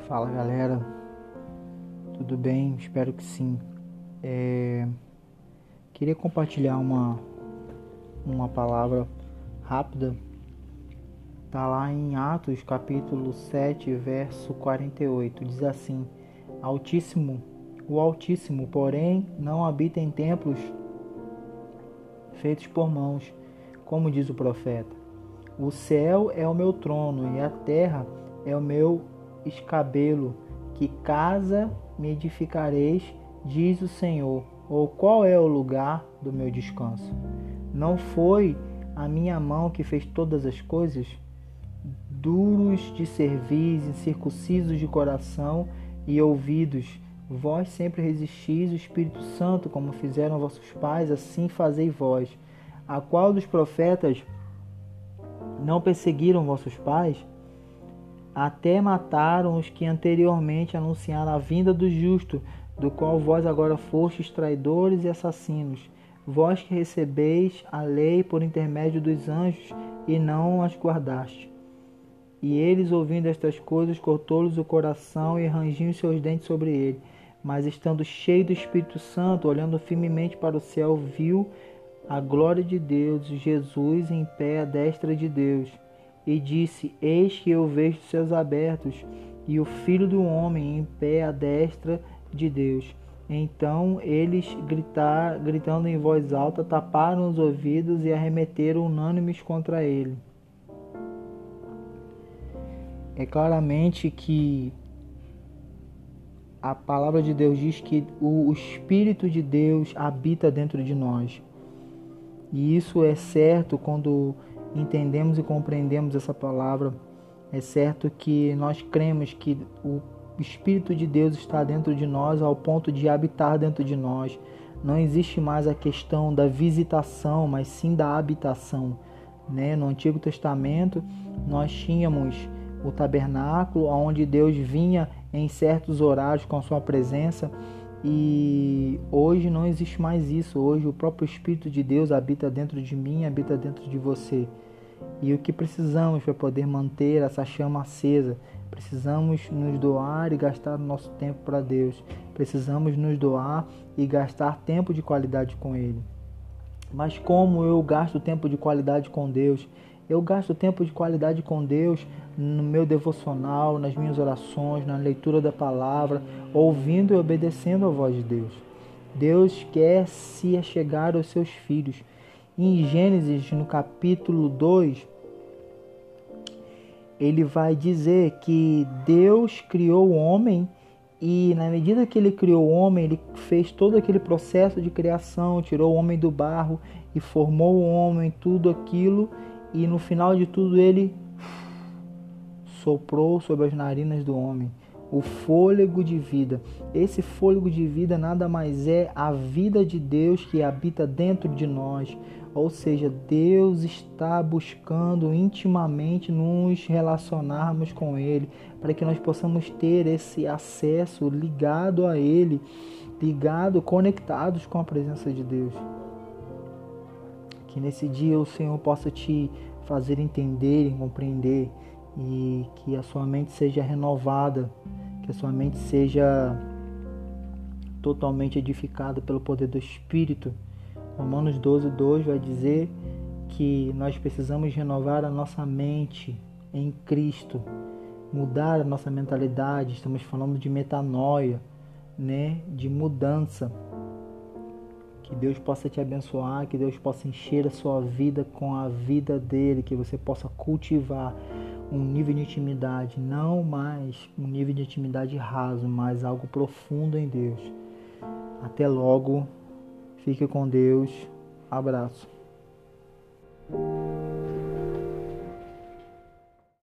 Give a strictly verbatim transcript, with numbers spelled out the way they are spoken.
Fala galera, tudo bem? Espero que sim. É... Queria compartilhar uma, uma palavra rápida. Está lá em Atos capítulo sete, verso quarenta e oito. Diz assim: Altíssimo, o Altíssimo, porém, não habita em templos feitos por mãos, como diz o profeta. O céu é o meu trono e a terra é o meu escabelo. Que casa me edificareis, diz o Senhor, ou qual é o lugar do meu descanso? Não foi a minha mão que fez todas as coisas? Duros de cerviz, incircuncisos de coração e ouvidos, vós sempre resistis o Espírito Santo, como fizeram vossos pais, assim fazei vós. A qual dos profetas não perseguiram vossos pais? Até mataram os que anteriormente anunciaram a vinda do justo, do qual vós agora fostes traidores e assassinos. Vós que recebeis a lei por intermédio dos anjos e não as guardaste. E eles, ouvindo estas coisas, cortou-lhes o coração e rangiam os seus dentes sobre ele. Mas estando cheio do Espírito Santo, olhando firmemente para o céu, viu a glória de Deus, Jesus em pé à destra de Deus. E disse: Eis que eu vejo os céus abertos, e o Filho do Homem em pé à destra de Deus. Então eles, gritar, gritando em voz alta, taparam os ouvidos e arremeteram unânimes contra ele. É claramente que a palavra de Deus diz que o Espírito de Deus habita dentro de nós. E isso é certo quando entendemos e compreendemos essa palavra. É certo que nós cremos que o Espírito de Deus está dentro de nós ao ponto de habitar dentro de nós. Não existe mais a questão da visitação, mas sim da habitação, né? No Antigo Testamento nós tínhamos o tabernáculo, onde Deus vinha em certos horários com a sua presença, e hoje não existe mais isso. Hoje o próprio Espírito de Deus habita dentro de mim, habita dentro de você. E o que precisamos para poder manter essa chama acesa? Precisamos nos doar e gastar nosso tempo para Deus. Precisamos nos doar e gastar tempo de qualidade com Ele. Mas como eu gasto tempo de qualidade com Deus? Eu gasto tempo de qualidade com Deus no meu devocional, nas minhas orações, na leitura da palavra, ouvindo e obedecendo a voz de Deus. Deus quer se achegar aos seus filhos. Em Gênesis, no capítulo dois, ele vai dizer que Deus criou o homem e, na medida que ele criou o homem, ele fez todo aquele processo de criação, tirou o homem do barro e formou o homem, tudo aquilo, e no final de tudo ele soprou sobre as narinas do homem o fôlego de vida. Esse fôlego de vida nada mais é a vida de Deus que habita dentro de nós. Ou seja, Deus está buscando intimamente nos relacionarmos com Ele, para que nós possamos ter esse acesso ligado a Ele, ligado, conectados com a presença de Deus. Que nesse dia o Senhor possa te fazer entender e compreender, e que a sua mente seja renovada, que a sua mente seja totalmente edificada pelo poder do Espírito. Romanos doze, dois vai dizer que nós precisamos renovar a nossa mente em Cristo, mudar a nossa mentalidade. Estamos falando de metanoia, né? De mudança. Que Deus possa te abençoar, que Deus possa encher a sua vida com a vida dele, que você possa cultivar um nível de intimidade, não mais um nível de intimidade raso, mas algo profundo em Deus. Até logo, fique com Deus, abraço.